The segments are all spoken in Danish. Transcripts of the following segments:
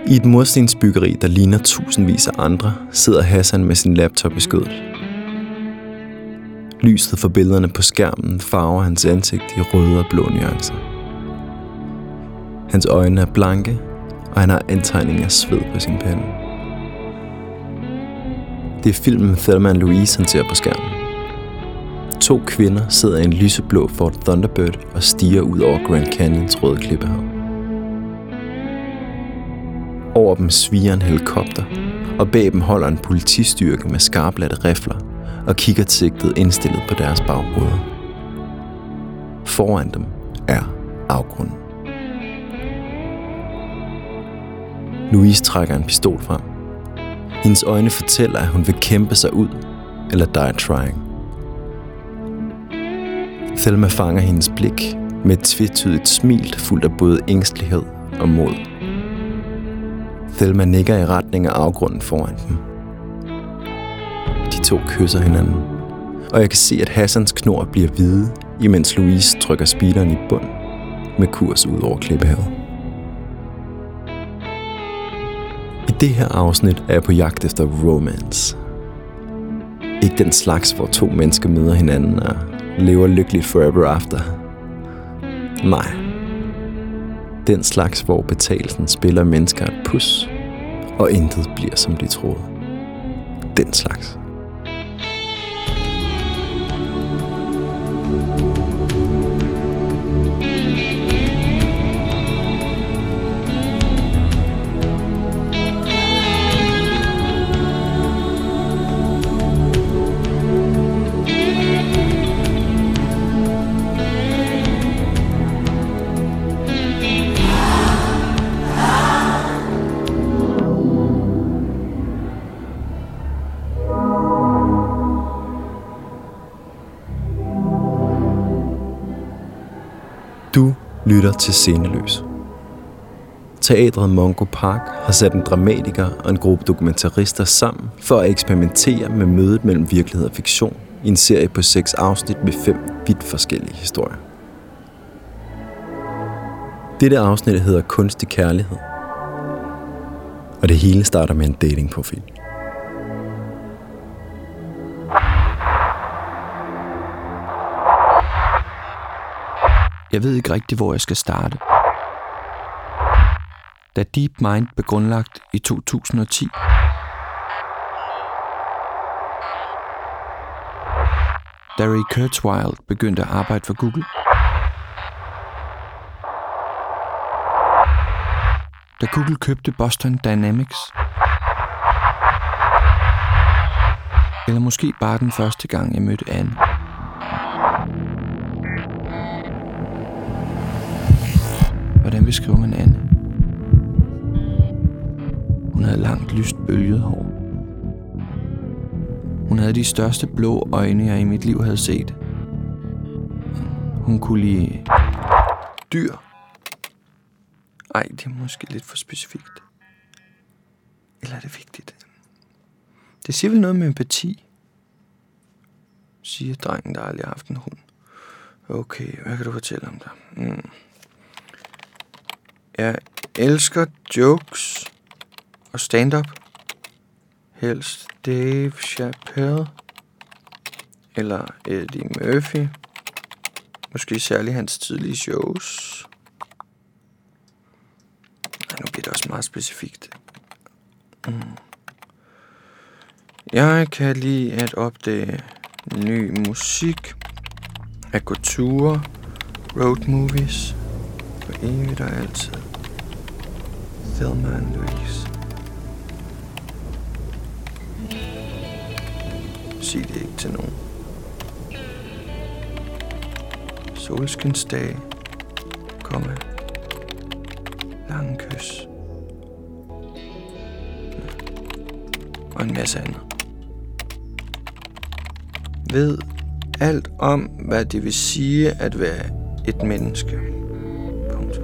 I et murstensbyggeri, der ligner tusindvis af andre, sidder Hassan med sin laptop i skødet. Lyset fra billederne på skærmen farver hans ansigt i røde og blå nuancer. Hans øjne er blanke, og han har antegninger af sved på sin pande. Det er filmen Thelma & Louise, han ser på skærmen. 2 kvinder sidder i en lyseblå Ford Thunderbird og stiger ud over Grand Canyons røde klippehav. Over dem sviger en helikopter, og bag dem holder en politistyrke med skarplatte rifler og kigger sigtet indstillet på deres bagruder. Foran dem er afgrunden. Louise trækker en pistol frem. Hendes øjne fortæller, at hun vil kæmpe sig ud eller die trying. Thelma fanger hendes blik med et tvetydigt smil fuldt af både ængstelighed og mod. Thelma nikker i retning af afgrunden foran dem. De 2 kysser hinanden, og jeg kan se, at Hassans knor bliver hvide, imens Louise trykker speederen i bund med kurs ud over klippehavet. I det her afsnit er jeg på jagt efter romance. Ikke den slags, hvor 2 mennesker møder hinanden og lever lykkeligt forever after. Nej. Den slags, hvor betalelsen spiller mennesker et pus, og intet bliver, som de troede. Den slags. Du lytter til Sceneløs. Teatret Mungo Park har sat en dramatiker og en gruppe dokumentarister sammen for at eksperimentere med mødet mellem virkelighed og fiktion i en serie på 6 afsnit med 5 vidt forskellige historier. Dette afsnit hedder Kunstig Kærlighed, og det hele starter med en datingprofil. Jeg ved ikke rigtig, hvor jeg skal starte. Da DeepMind blev grundlagt i 2010, da Ray Kurzweil begyndte at arbejde for Google, da Google købte Boston Dynamics, eller måske bare den første gang, jeg mødte Anne. Hvordan beskriver man Anne? Hun havde langt, lyst, bølget hår. Hun havde de største blå øjne, jeg i mit liv havde set. Hun kunne lide dyr. Ej, det er måske lidt for specifikt. Eller er det vigtigt? Det siger vel noget med empati, siger drengen, der aldrig har haft en hund. Okay, hvad kan du fortælle om dig? Jeg elsker jokes og stand-up. Helst Dave Chappelle eller Eddie Murphy. Måske særligt hans tidlige shows. Nu bliver det også meget specifikt. Jeg kan lide at opdage ny musik, at gå ture, road movies, for evigt og altid. Thelma & Louise. Sig det ikke til nogen. Solskinsdag, lange kys og en masse andet. Ved alt om, hvad det vil sige at være et menneske. Punkt.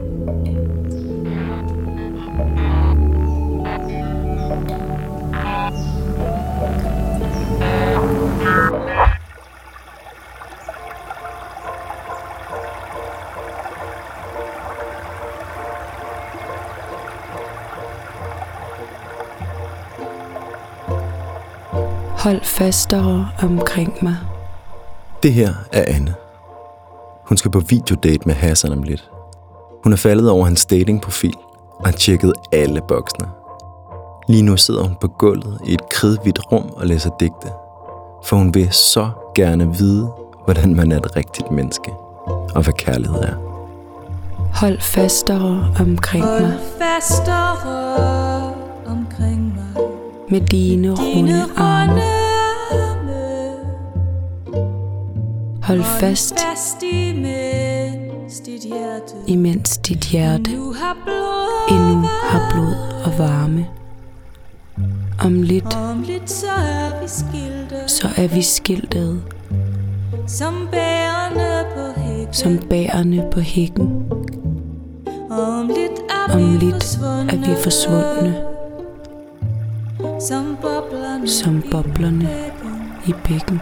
Hold fastere omkring mig. Det her er Anne. Hun skal på videodate med Hassan om lidt. Hun er faldet over hans datingprofil og har tjekket alle boksene. Lige nu sidder hun på gulvet i et kridhvidt rum og læser digte. For hun vil så gerne vide, hvordan man er et rigtigt menneske, og hvad kærlighed er. Hold fastere omkring mig. Hold fastere omkring mig. Med dine runde arme. Hold fast, imens dit hjerte endnu har blod og varme. Om lidt, så er vi skiltet, som bærerne på hækken. Om lidt er vi forsvundne, som boblerne i bækken.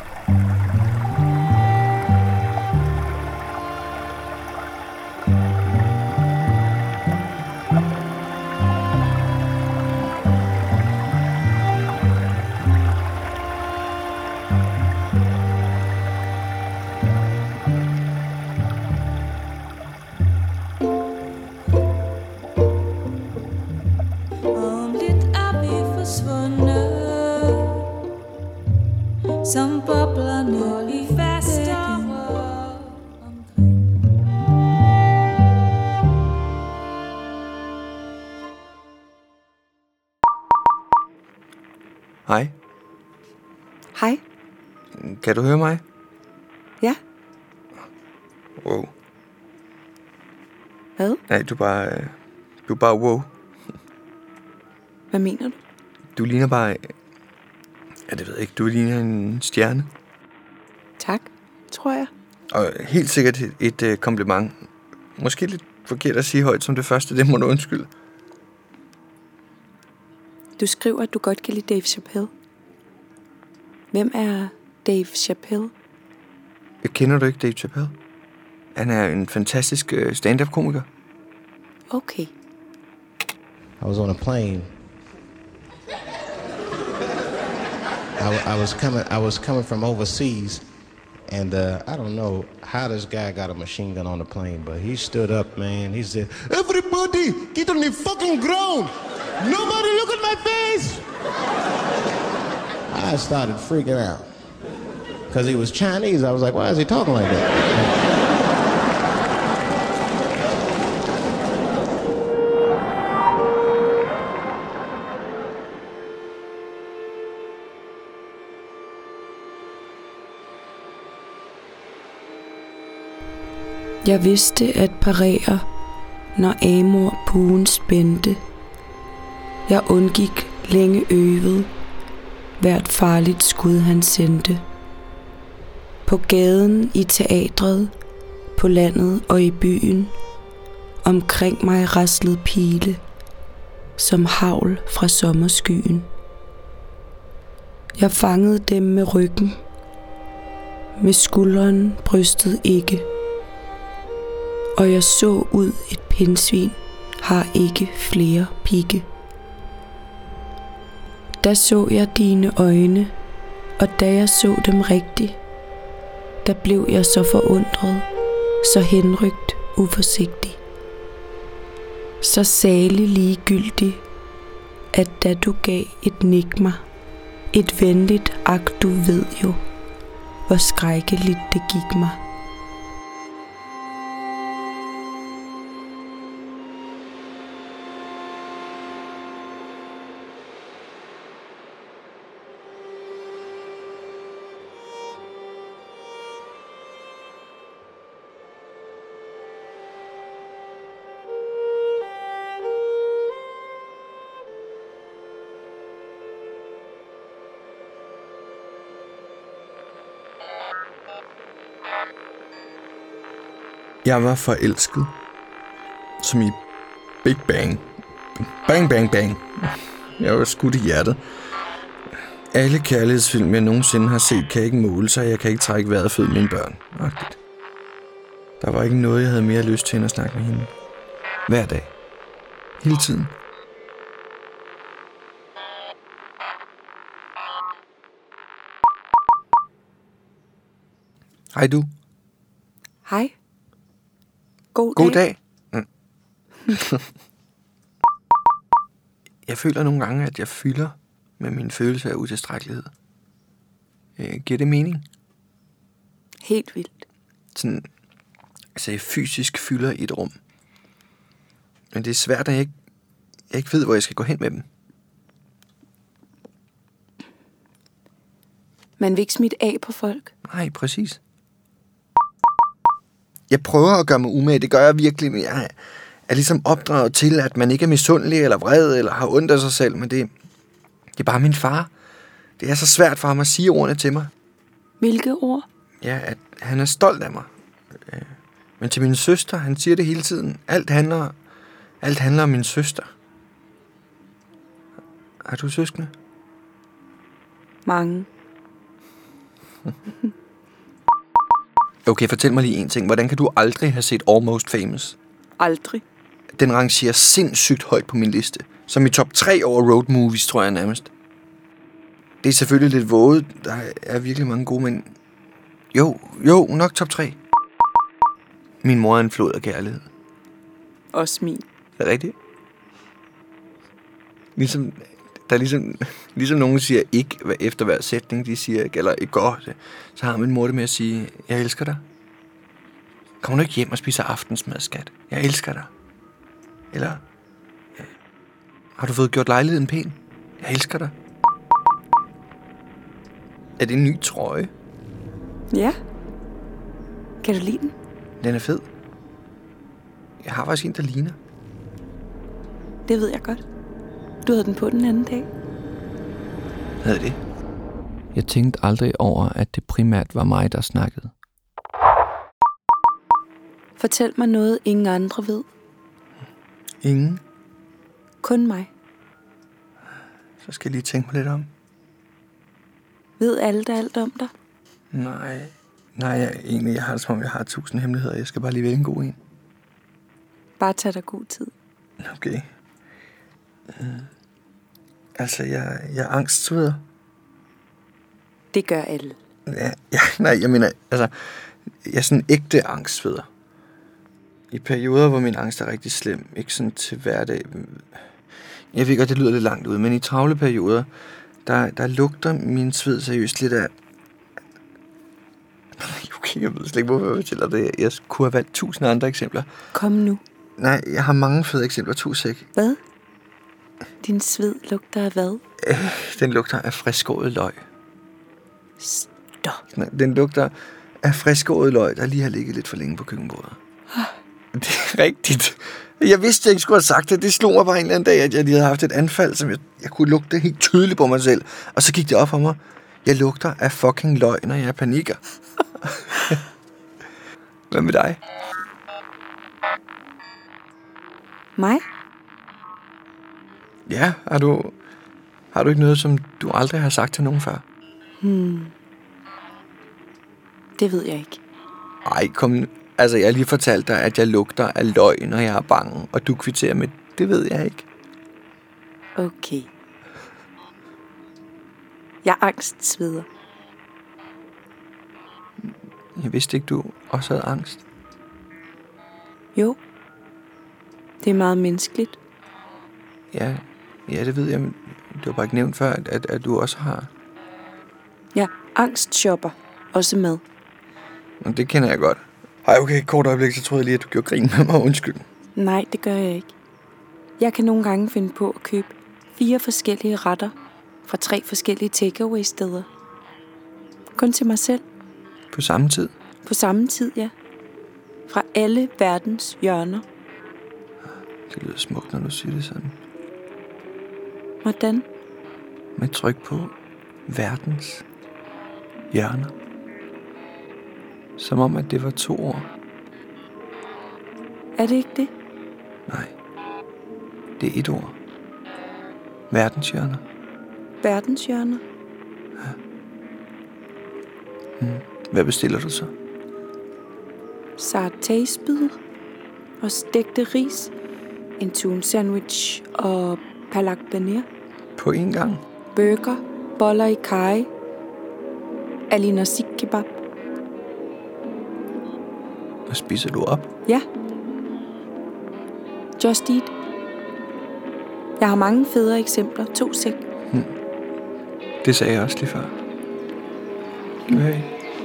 Som boblerne i fastere omkring. Hej. Hej. Kan du høre mig? Ja. Wow. Hvad? Nej, du er bare wow. Hvad mener du? Du ligner bare... Ja, det ved jeg ikke. Du ligner en stjerne. Tak, tror jeg. Og helt sikkert et kompliment. Måske lidt forkert at sige højt som det første. Det må du undskylde. Du skriver, at du godt kan lide Dave Chappelle. Hvem er Dave Chappelle? Kender du ikke Dave Chappelle? Han er en fantastisk stand-up-komiker. Okay. I was on a plane. I was coming from overseas, and I don't know how this guy got a machine gun on the plane, but he stood up, man. He said, "Everybody, get on the fucking ground! Nobody look at my face!" I started freaking out because he was Chinese. I was like, "Why is he talking like that?" Jeg vidste at parere, når Amor buen spændte. Jeg undgik længe øvet, hvert farligt skud han sendte. På gaden, i teatret, på landet og i byen, omkring mig raslede pile, som hagl fra sommerskyen. Jeg fangede dem med ryggen, med skulderen brystet ikke. Og jeg så ud et pindsvin, har ikke flere pigge. Da så jeg dine øjne, og da jeg så dem rigtigt, der blev jeg så forundret, så henrygt uforsigtig. Så salig ligegyldig, at da du gav et nik mig, et venligt ak, du ved jo, hvor skrækkeligt det gik mig. Jeg var forelsket. Som i Big Bang. Bang, bang, bang. Jeg var skudt i hjertet. Alle kærlighedsfilm, jeg nogensinde har set, kan ikke måle sig. Jeg kan ikke trække vejret fød mine børn. Agtigt. Der var ikke noget, jeg havde mere lyst til end at snakke med hende. Hver dag. Hele tiden. Hej du. Hej. God God dag. dag. Jeg føler nogle gange, at jeg fylder med min følelse af utilstrækkelighed. Giver det mening? Helt vildt. Sådan, altså jeg fysisk fylder i et rum. Men det er svært, at jeg ikke ved, hvor jeg skal gå hen med dem. Man vil ikke smitte af på folk. Nej, præcis. Jeg prøver at gøre mig umage, det gør jeg virkelig, men jeg er ligesom opdraget til, at man ikke er misundelig eller vred eller har ondt af sig selv, men det er bare min far. Det er så svært for ham at sige ordene til mig. Hvilke ord? Ja, at han er stolt af mig. Men til min søster, han siger det hele tiden. Alt handler om min søster. Har du søskende? Mange. Okay, fortæl mig lige en ting. Hvordan kan du aldrig have set Almost Famous? Aldrig. Den rangerer sindssygt højt på min liste. Som i top 3 over road movies, tror jeg nærmest. Det er selvfølgelig lidt våget. Der er virkelig mange gode, men... Jo, nok top 3. Min mor er en flod af kærlighed. Også min. Er det rigtigt? Ligesom nogen siger ikke efter hver sætning, de siger ikke, eller ikke godt, så har min mor det med at sige, jeg elsker dig. Kommer du ikke hjem og spiser aftensmad, skat? Jeg elsker dig. Eller, har du fået gjort lejligheden pæn? Jeg elsker dig. Er det en ny trøje? Ja. Kan du lide den? Den er fed. Jeg har faktisk en, der ligner. Det ved jeg godt. Du havde den på den anden dag. Hvad er det? Jeg tænkte aldrig over, at det primært var mig, der snakkede. Fortæl mig noget, ingen andre ved. Ingen? Kun mig. Så skal jeg lige tænke mig lidt om. Ved alle der alt om dig? Nej, jeg har det som om, jeg har 1000 hemmeligheder. Jeg skal bare lige vælge en god en. Bare tag dig god tid. Okay. Altså, jeg er angstsveder. Det gør alle. Jeg mener, altså, jeg er sådan ægte angstsveder. I perioder, hvor min angst er rigtig slem, ikke sådan til hverdag. Jeg ved godt, det lyder lidt langt ud, men i travle perioder, der lugter min sved seriøst lidt af... Okay, jeg ved slet ikke, hvorfor jeg fortæller det. Jeg kunne have valgt 1000 andre eksempler. Kom nu. Nej, jeg har mange fede eksempler. 2 sæk. Hvad? Din sved lugter af hvad? Den lugter af friskåret løg. Stop. Den lugter af friskåret løg, der lige har ligget lidt for længe på køkkenbordet. Det er rigtigt. Jeg vidste, jeg ikke skulle have sagt det. Det slog mig bare en eller anden dag, at jeg lige havde haft et anfald, som jeg kunne lugte helt tydeligt på mig selv. Og så gik det op for mig. Jeg lugter af fucking løg, når jeg panikker. Hvad med dig? Mig? Ja, har du ikke noget, som du aldrig har sagt til nogen før? Det ved jeg ikke. Ej, kom nu. Altså, jeg har lige fortalt dig, at jeg lugter af løg, når jeg er bange. Og du kvitterer med, det ved jeg ikke. Okay. Jeg er angstsveder. Jeg vidste ikke, du også havde angst. Jo. Det er meget menneskeligt. Ja, det ved jeg, men du har bare ikke nævnt før, at du også har. Ja, angstshopper. Også mad. Og det kender jeg godt. Ej, okay, kort øjeblik, så troede jeg lige, at du gjorde grin med mig. Undskyld. Nej, det gør jeg ikke. Jeg kan nogle gange finde på at købe 4 forskellige retter fra 3 forskellige takeaway-steder. Kun til mig selv. På samme tid? På samme tid, ja. Fra alle verdens hjørner. Det lyder smukt, når du siger det sådan. Hvordan? Med tryk på verdens hjørner. Som om, at det var 2 ord. Er det ikke det? Nej. Det er 1 ord. Verdens hjørner. Verdens hjørner? Hvad bestiller du så? Sartésbid og stegte ris, en tun sandwich og palak paneer, På en gang? burger, boller i kaj, ali nasi kebab. Og spiser du op? Ja. Just eat. Jeg har mange federe eksempler. 2 sek. Det sagde jeg også lige før. Okay.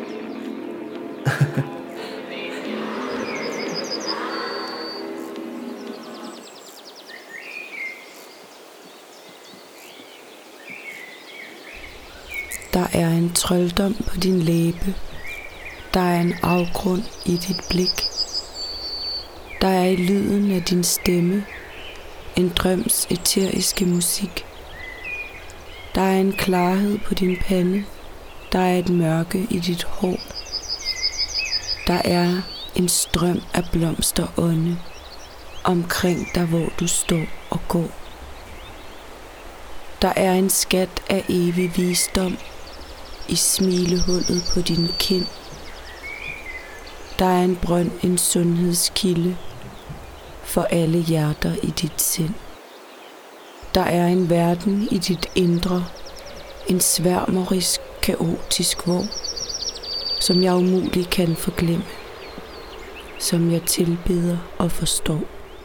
Der er en trolddom på din læbe. Der er en afgrund i dit blik. Der er i lyden af din stemme en drøms eteriske musik. Der er en klarhed på din pande. Der er et mørke i dit hår. Der er en strøm af blomsterånde omkring dig, hvor du står og går. Der er en skat af evig visdom i smilehullet på din kind. Der er en brønd, en sundhedskilde for alle hjerter i dit sind. Der er en verden i dit indre, en sværmerisk, kaotisk vor, som jeg umuligt kan forglemme, som jeg tilbeder og forstår.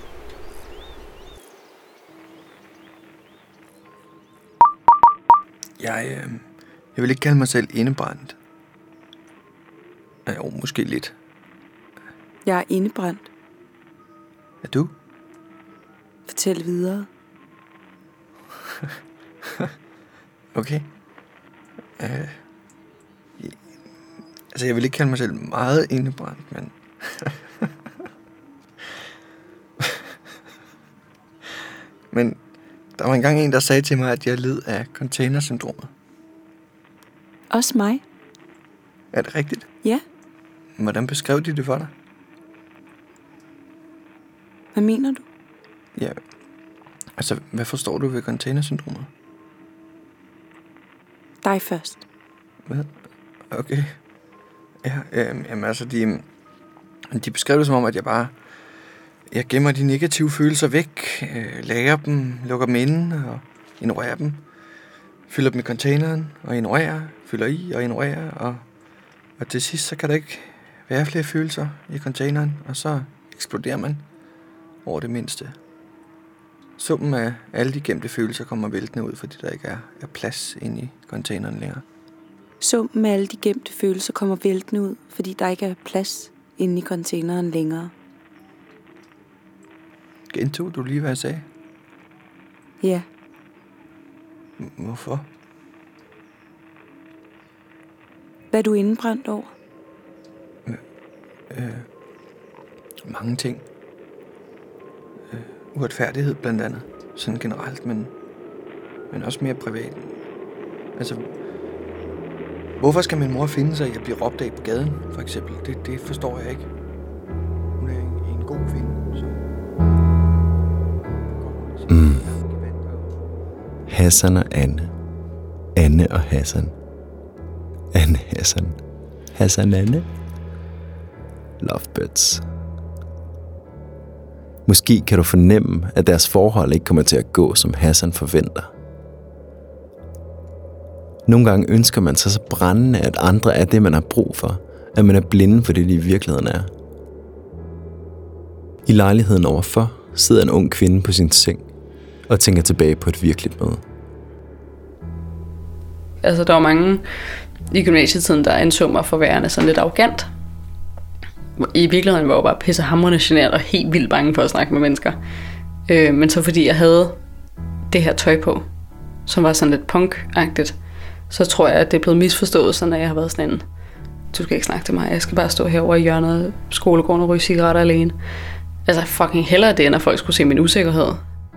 Jeg vil ikke kalde mig selv indebrændt. Jo, måske lidt. Jeg er indebrændt. Er du? Fortæl videre. Okay. Altså, jeg vil ikke kalde mig selv meget indebrændt, men... men der var engang en, der sagde til mig, at jeg led af containersyndromet. Også mig. Er det rigtigt? Ja. Hvordan beskrev de det for dig? Hvad mener du? Ja, altså, hvad forstår du ved containersyndromet? Dig først. Hvad? Okay. Ja, jamen altså, de beskrev det som om, at jeg gemmer de negative følelser væk, lagrer dem, lukker dem inde og ignorerer dem. Fylder dem i containeren og ignorerer, fylder i og ignorerer, og til sidst så kan der ikke være flere følelser i containeren, og så eksploderer man over det mindste. Summen af alle de gemte følelser kommer væltende ud, fordi der ikke er plads inde i containeren længere. Summen af alle de gemte følelser kommer væltende ud, fordi der ikke er plads inde i containeren længere. Gentog du lige, hvad jeg sagde? Ja. Hvorfor? Hvad er du indebrændt over? Mange ting. Uretfærdighed blandt andet. Sådan generelt, men også mere privat. Altså, hvorfor skal min mor finde sig i at blive råbt af på gaden, for eksempel? Det forstår jeg ikke. Hun er en god kvinde, som... Hassan og Anne. Anne og Hassan. Anne Hassan. Hassan Anne. Lovebirds. Måske kan du fornemme, at deres forhold ikke kommer til at gå, som Hassan forventer. Nogle gange ønsker man sig så brændende, at andre er det, man har brug for, at man er blinde for det, de i virkeligheden er. I lejligheden overfor sidder en ung kvinde på sin seng og tænker tilbage på et virkeligt møde. Altså, der var mange i gymnasietiden, der anså mig for værende sådan lidt arrogant. I virkeligheden var jeg bare pissehamrende genert og helt vildt bange for at snakke med mennesker. Men så fordi jeg havde det her tøj på, som var sådan lidt punk-agtigt, så tror jeg, at det er blevet misforstået, sådan at jeg har været sådan en, du skal ikke snakke til mig, jeg skal bare stå herovre i hjørnet af skolegården og ryge cigaretter alene. Altså fucking hellere det, end at folk skulle se min usikkerhed.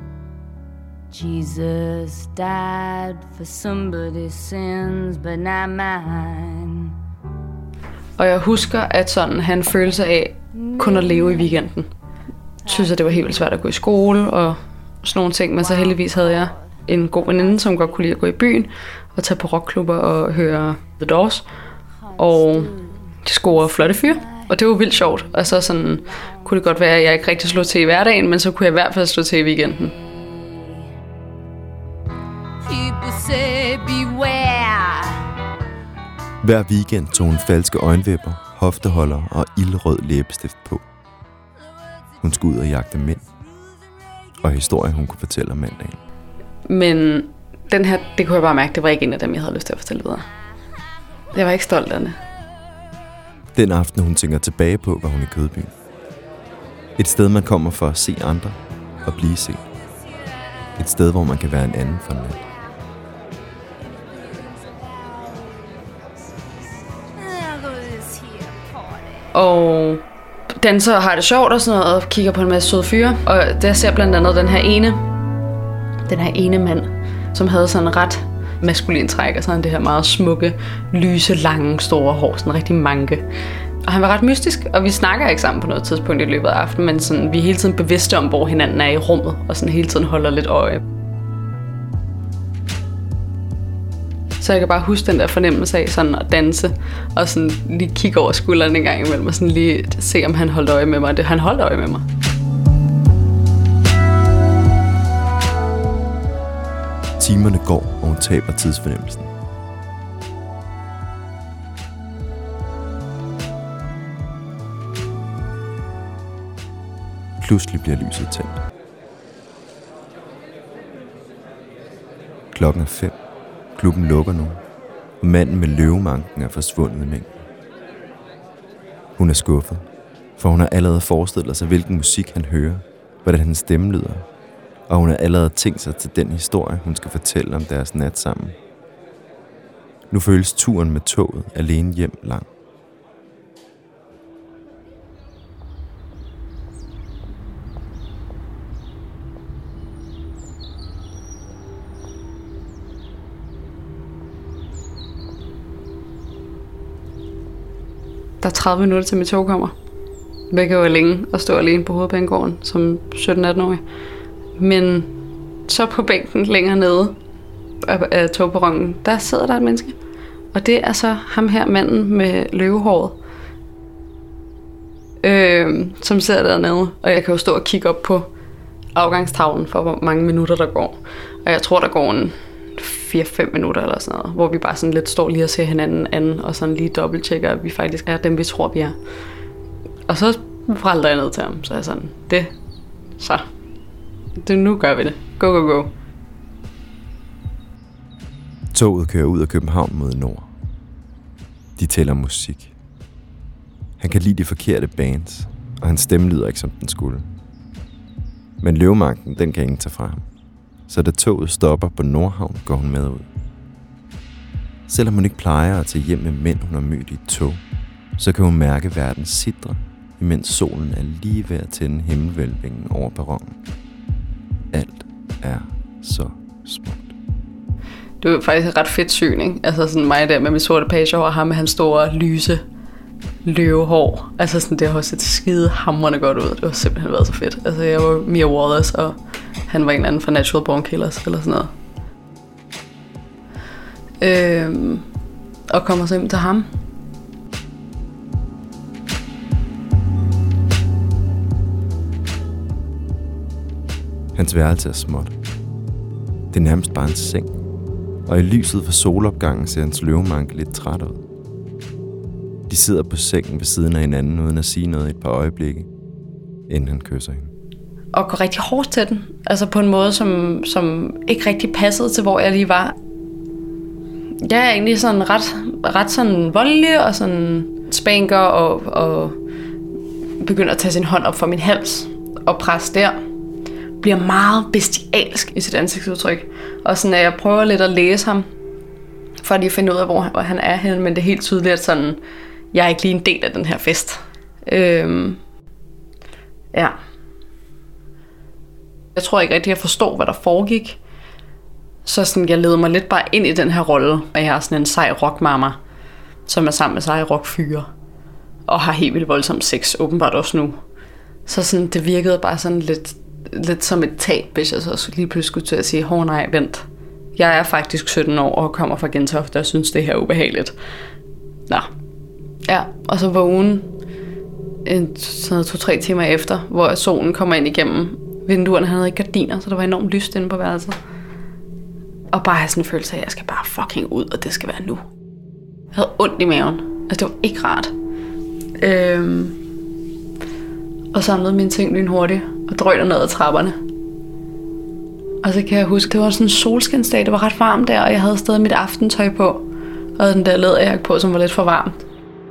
Jesus died for somebody's sins, but not mine. Og jeg husker, at sådan han følte sig af kun at leve i weekenden. Jeg synes, at det var helt vildt svært at gå i skole og sådan nogle ting, men så heldigvis havde jeg en god veninde, som godt kunne lide at gå i byen og tage på rockklubber og høre The Doors. Og de scorede flotte fyre, og det var vildt sjovt. Og så sådan kunne det godt være, at jeg ikke rigtig slog til i hverdagen, men så kunne jeg i hvert fald slå til i weekenden. Hver weekend tog hun falske øjenvipper, hofteholder og ildrød læbestift på. Hun skulle ud og jagte mænd. Og historien, hun kunne fortælle om mandagen. Men den her, det kunne jeg bare mærke, det var ikke en af dem, jeg havde lyst til at fortælle videre. Jeg var ikke stolt af det. Den aften, hun tænker tilbage på, var hun i Kødbyen. Et sted, man kommer for at se andre og blive set. Et sted, hvor man kan være en anden for en nat. Og danser og har det sjovt og sådan noget, og kigger på en masse søde fyre. Og der ser blandt andet den her ene mand, som havde sådan en ret maskulin træk, og sådan det her meget smukke, lyse, lange, store hår, sådan rigtig manke. Og han var ret mystisk, og vi snakker ikke sammen på noget tidspunkt i løbet af aftenen, men sådan, vi er hele tiden bevidste om, hvor hinanden er i rummet, og sådan hele tiden holder lidt øje. Så jeg kan bare huske den der fornemmelse af sådan at danse, og sådan lige kigge over skulderen en gang imellem, og sådan lige se, om han holdt øje med mig. Han holdt øje med mig. Timerne går, og hun taber tidsfornemmelsen. Pludselig bliver lyset tændt. Klokken er 5. Klubben lukker nu, og manden med løvemanken er forsvundet i mængden. Hun er skuffet, for hun har allerede forestillet sig, hvilken musik han hører, hvordan hans stemme lyder, og hun har allerede tænkt sig til den historie, hun skal fortælle om deres nat sammen. Nu føles turen med toget alene hjem lang. Der er 30 minutter til mit tog kommer. Hvilket jo er længe at stå alene på Hovedbanegården som 17-18-årig. Men så på bænken længere nede af togperronen, der sidder der et menneske. Og det er så ham her, manden med løvehåret, som sidder dernede. Og jeg kan jo stå og kigge op på afgangstavlen for, hvor mange minutter der går. Og jeg tror, der går en 4-5 minutter eller sådan noget, hvor vi bare sådan lidt står lige og ser hinanden anden, og sådan lige dobbelttjekker, at vi faktisk er dem, vi tror, vi er. Og så vrælder jeg ned til ham, så er jeg sådan, nu gør vi det. Go, go, go. Toget kører ud af København mod nord. De tæller musik. Han kan lide de forkerte bands, og hans stemme lyder ikke, som den skulle. Men løvemanken, den kan ingen tage fra ham. Så da toget stopper på Nordhavn, går hun med ud. Selvom hun ikke plejer at tage hjem med mænd, hun har mødt i et tog, så kan hun mærke verden sidre, imens solen er lige ved at tænde himmelvælvingen over perronen. Alt er så smukt. Det var faktisk et ret fedt syn, ikke? Altså sådan mig der med mit sorte pagehår, og ham med hans store, lyse løvehår. Altså sådan, det har også set skide hamrende godt ud. Det var simpelthen været så fedt. Altså jeg var Mia Wallace, og han var en anden fra Natural Born Killers, eller sådan noget. Og kommer så hjem til ham. Hans værelse er småt. Det er nærmest bare en seng. Og i lyset fra solopgangen ser hans løvemanke lidt træt ud. De sidder på sengen ved siden af hinanden, uden at sige noget i et par øjeblikke, inden han kysser hende. Og går rigtig hårdt til den. Altså på en måde, som ikke rigtig passede til, hvor jeg lige var. Jeg er egentlig sådan ret sådan voldelig og sådan spanker og begynder at tage sin hånd op for min hals og presse der. Bliver meget bestialsk i sit ansigtsudtryk. Og sådan, at jeg prøver lidt at læse ham, for at lige finde ud af, hvor han er henne. Men det er helt tydeligt, at sådan, jeg er ikke lige en del af den her fest. Ja. Jeg tror ikke rigtig, jeg forstår, hvad der foregik. Så sådan, jeg leder mig lidt bare ind i den her rolle, at jeg er sådan en sej rockmamma, som er sammen med seje rockfyre, og har helt vildt voldsom sex, åbenbart også nu. Så sådan, det virkede bare sådan lidt som et tab, hvis jeg så lige pludselig skulle til at sige, nej, vent. Jeg er faktisk 17 år og kommer fra Gentofte og synes, det her er ubehageligt. Nå. Ja, og så vågen sådan 2-3 timer efter, hvor solen kommer ind igennem vinduerne. Han havde ikke gardiner, så der var enormt lyst inde på værelset. Og bare have sådan en følelse af, at jeg skal bare fucking ud, og det skal være nu. Jeg havde ondt i maven. Altså, det var ikke rart. Og samlede mine ting lynhurtigt og drønede ned ad trapperne. Og så kan jeg huske, det var sådan en solskinsdag, det var ret varmt der, og jeg havde stadig mit aftentøj på, og havde den der læderjakke på, som var lidt for varmt.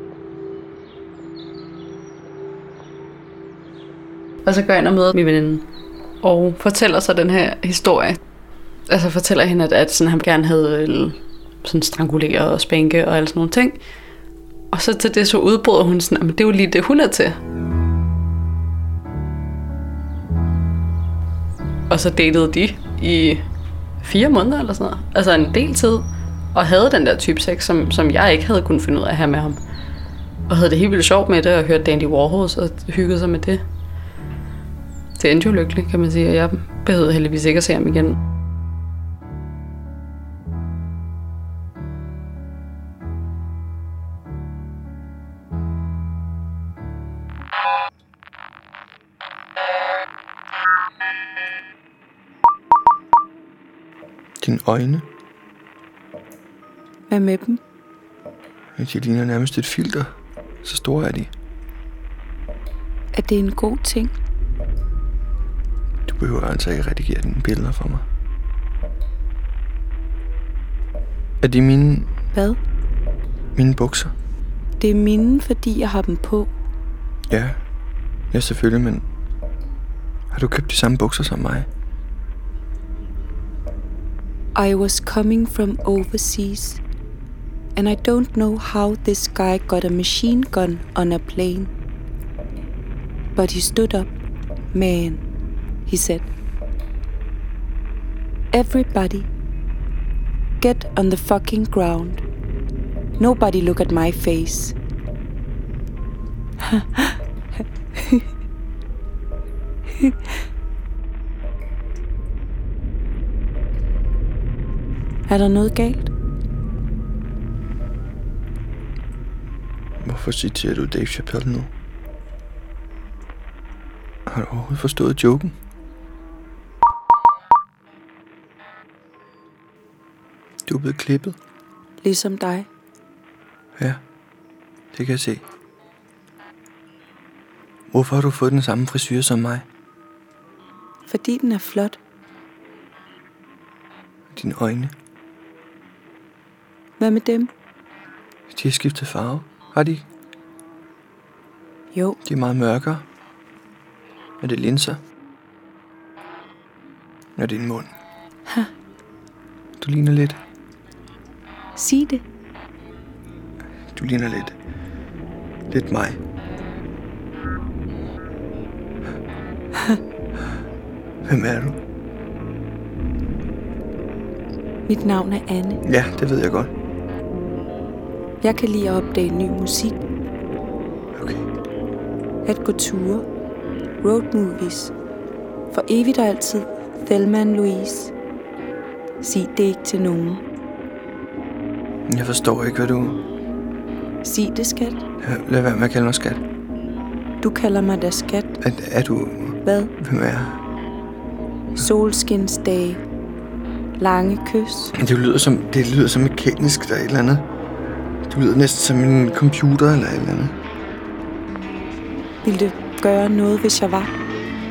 Og så går jeg ind og møder min veninde, og fortæller så den her historie. Altså fortæller hende, at sådan, han gerne havde sådan strangulere og spænke og alle sådan nogle ting. Og så til det så udbryder hun sådan, at det er jo lige det, hun er til. Og så datede de i 4 måneder eller sådan noget. Altså en del tid. Og havde den der type sex, som jeg ikke havde kunnet finde ud af at have med ham. Og havde det helt vildt sjovt med det, og hørte Dandy Warhols og hyggede sig med det. Det endte jo lykkeligt, kan man sige. Og jeg behøvede heldigvis ikke at se ham igen. Dine øjne? Hvad med dem? De ligner nærmest et filter. Så store er de. Er det en god ting? Du behøver altså ikke redigere dine billeder for mig. Er det mine... Hvad? Mine bukser? Det er mine, fordi jeg har dem på. Ja, selvfølgelig, men... Har du købt de samme bukser som mig? I was coming from overseas, and I don't know how this guy got a machine gun on a plane. But he stood up. Man, he said. Everybody, get on the fucking ground. Nobody look at my face. Er der noget galt? Hvorfor citerer du Dave Chappelle nu? Har du overhovedet forstået joken? Du er blevet klippet. Ligesom dig. Ja, det kan jeg se. Hvorfor har du fået den samme frisyr som mig? Fordi den er flot. Dine øjne. Hvad med dem? De har skiftet farve. Har de? Jo. De er meget mørkere. Er det linser? Og din mund. Ha. Du ligner lidt. Sig det. Du ligner lidt. Lidt mig. Hvem er du? Mit navn er Anne. Ja, det ved jeg godt. Jeg kan lide at opdage ny musik. Okay. At gå ture. Road movies. For evigt og altid. Thelma & Louise. Sig det ikke til nogen. Jeg forstår ikke, hvad du... Sig det, skat. Lad være med at kalde mig skat. Du kalder mig da skat. Er du... Hvad? Hvem er jeg? Solskinsdage. Lange kys. Det lyder som mekanisk, der er et eller andet. Du lyder næsten som en computer eller et eller andet. Vil du gøre noget, hvis jeg var?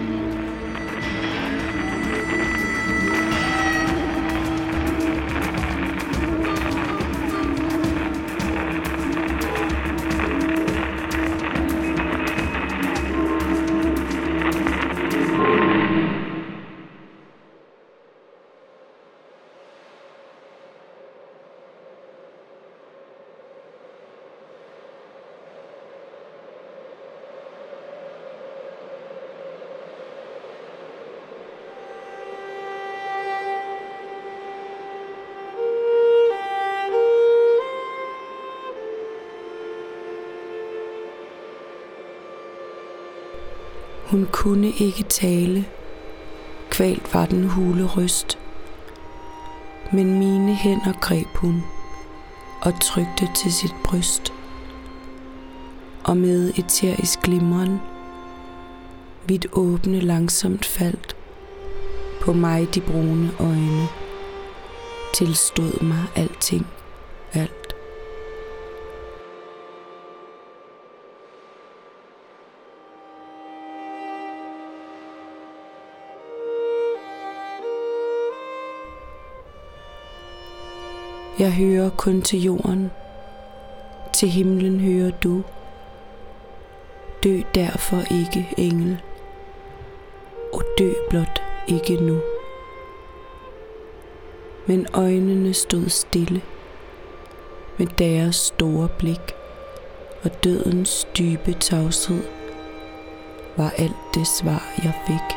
Hun kunne ikke tale. Kvalt var den hule røst. Men mine hænder greb hun og trykte til sit bryst. Og med eterisk glimren vidt åbne langsomt faldt på mig de brune øjne. Tilstod mig alting, alt. Jeg hører kun til jorden. Til himlen hører du. Dø derfor ikke, engel. Og dø blot ikke nu. Men øjnene stod stille med deres store blik, og dødens dybe tavshed var alt det svar, jeg fik.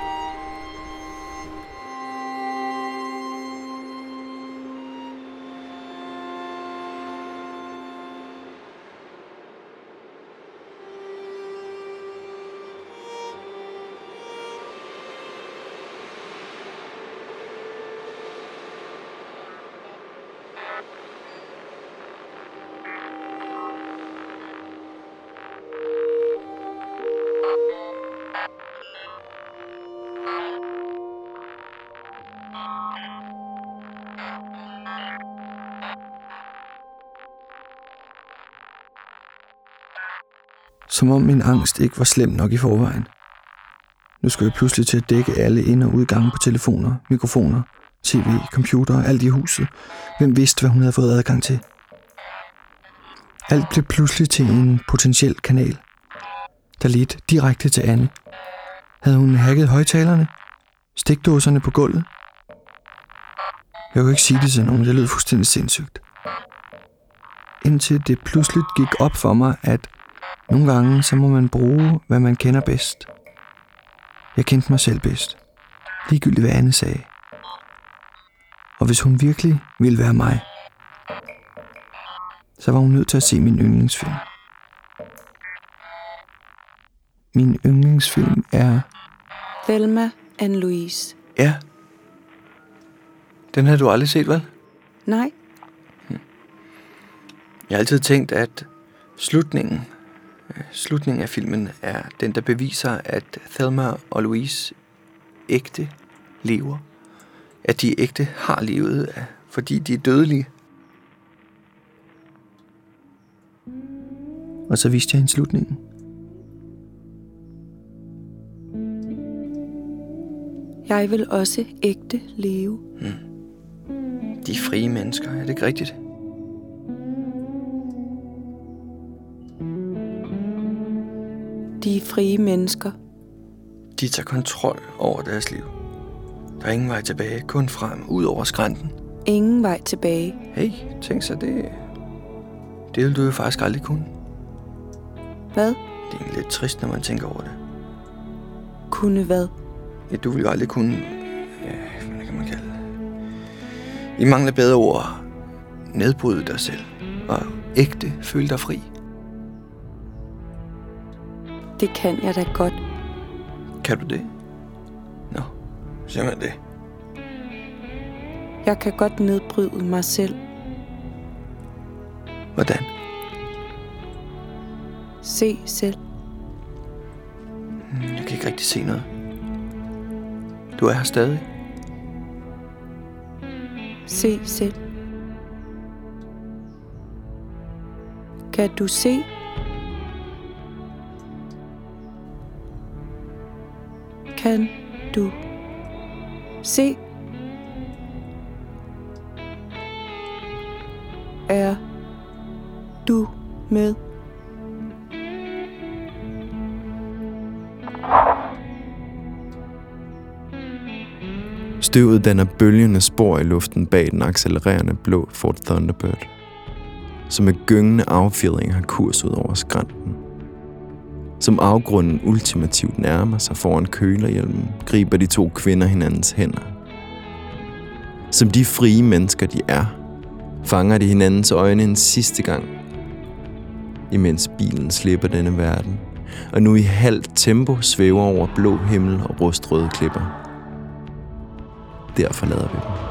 Som om min angst ikke var slem nok i forvejen. Nu skulle jeg pludselig til at dække alle ind- og udgange på telefoner, mikrofoner, tv, computer og alt i huset. Hvem vidste, hvad hun havde fået adgang til? Alt blev pludselig til en potentiel kanal, der ledte direkte til Anne. Havde hun hacket højtalerne? Stikdåserne på gulvet? Jeg kunne ikke sige det til nogen, det lød fuldstændig sindssygt. Indtil det pludselig gik op for mig, at nogle gange så må man bruge, hvad man kender bedst. Jeg kendte mig selv bedst. Ligegyldigt hvad Anne sagde. Og hvis hun virkelig ville være mig, så var hun nødt til at se min yndlingsfilm. Min yndlingsfilm er... Thelma and Louise. Ja. Den har du aldrig set, vel? Nej. Jeg har altid tænkt, at slutningen af filmen er den, der beviser, at Thelma og Louise ægte lever. At de ægte har levet, fordi de er dødelige. Og så viste jeg hende slutningen. Jeg vil også ægte leve. De er frie mennesker, er det ikke rigtigt? De er frie mennesker. De tager kontrol over deres liv. Der er ingen vej tilbage, kun frem, ud over skrænten. Ingen vej tilbage. Hey, tænk så, det vil du jo faktisk aldrig kunne. Hvad? Det er egentlig lidt trist, når man tænker over det. Kunne hvad? Ja, du vil jo aldrig kunne... Ja, hvad kan man kalde det? I mangler bedre ord. Nedbryde dig selv. Og ægte føle dig fri. Det kan jeg da godt. Kan du det? Nå, simpelthen det. Jeg kan godt nedbryde mig selv. Hvordan? Se selv. Jeg kan ikke rigtig se noget. Du er her stadig. Se selv. Kan du se? Kan du se? Er du med? Støvet danner bølgende spor i luften bag den accelererende blå Ford Thunderbird, som med gyngende affjedring har kurs ud over skrænten. Som afgrunden ultimativt nærmer sig foran kølerhjelmen, griber de to kvinder hinandens hænder. Som de frie mennesker, de er, fanger de hinandens øjne en sidste gang, imens bilen slipper denne verden, og nu i halvt tempo svæver over blå himmel og rustrøde klipper. Der forlader vi dem.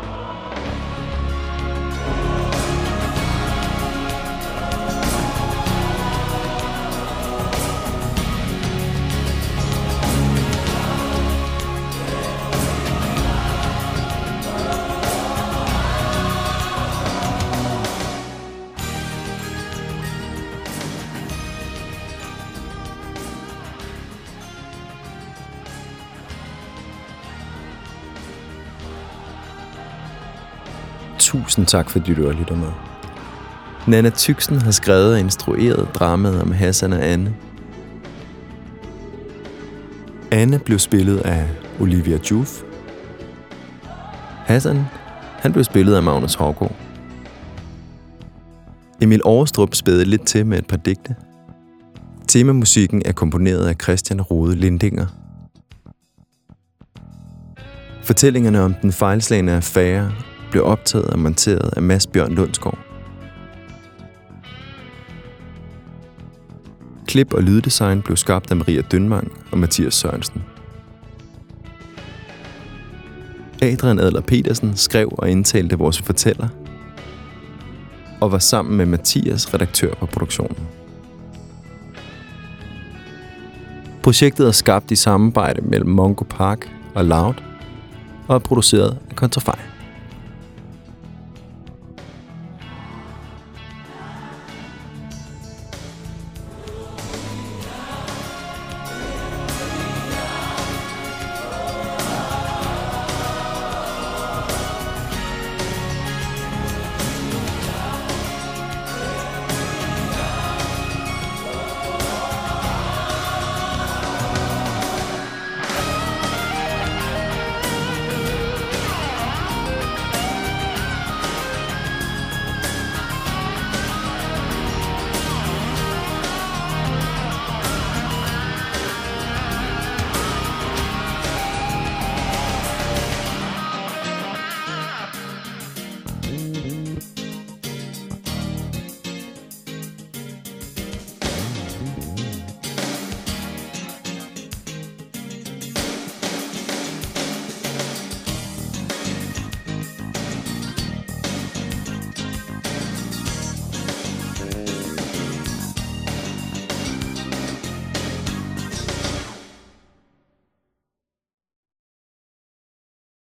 tusind tak, fordi du har lyttet med. Nanna Tyksen har skrevet og instrueret dramaet om Hassan og Anne. Anne blev spillet af Olivia Joof. Hassan, han blev spillet af Magnus Hougaard. Emil Overstrup spædede lidt til med et par digte. Temamusikken er komponeret af Christian Rode Lindinger. Fortællingerne om den fejlslagne affære blev optaget og monteret af Mads Bjørn Lundsgaard. Klip og lyddesign blev skabt af Maria Dønvang og Mathias Sørensen. Adrian Adler Petersen skrev og indtalte vores fortæller og var sammen med Mathias redaktør på produktionen. Projektet er skabt i samarbejde mellem Mongo Park og Loud og er produceret af Kontrafej.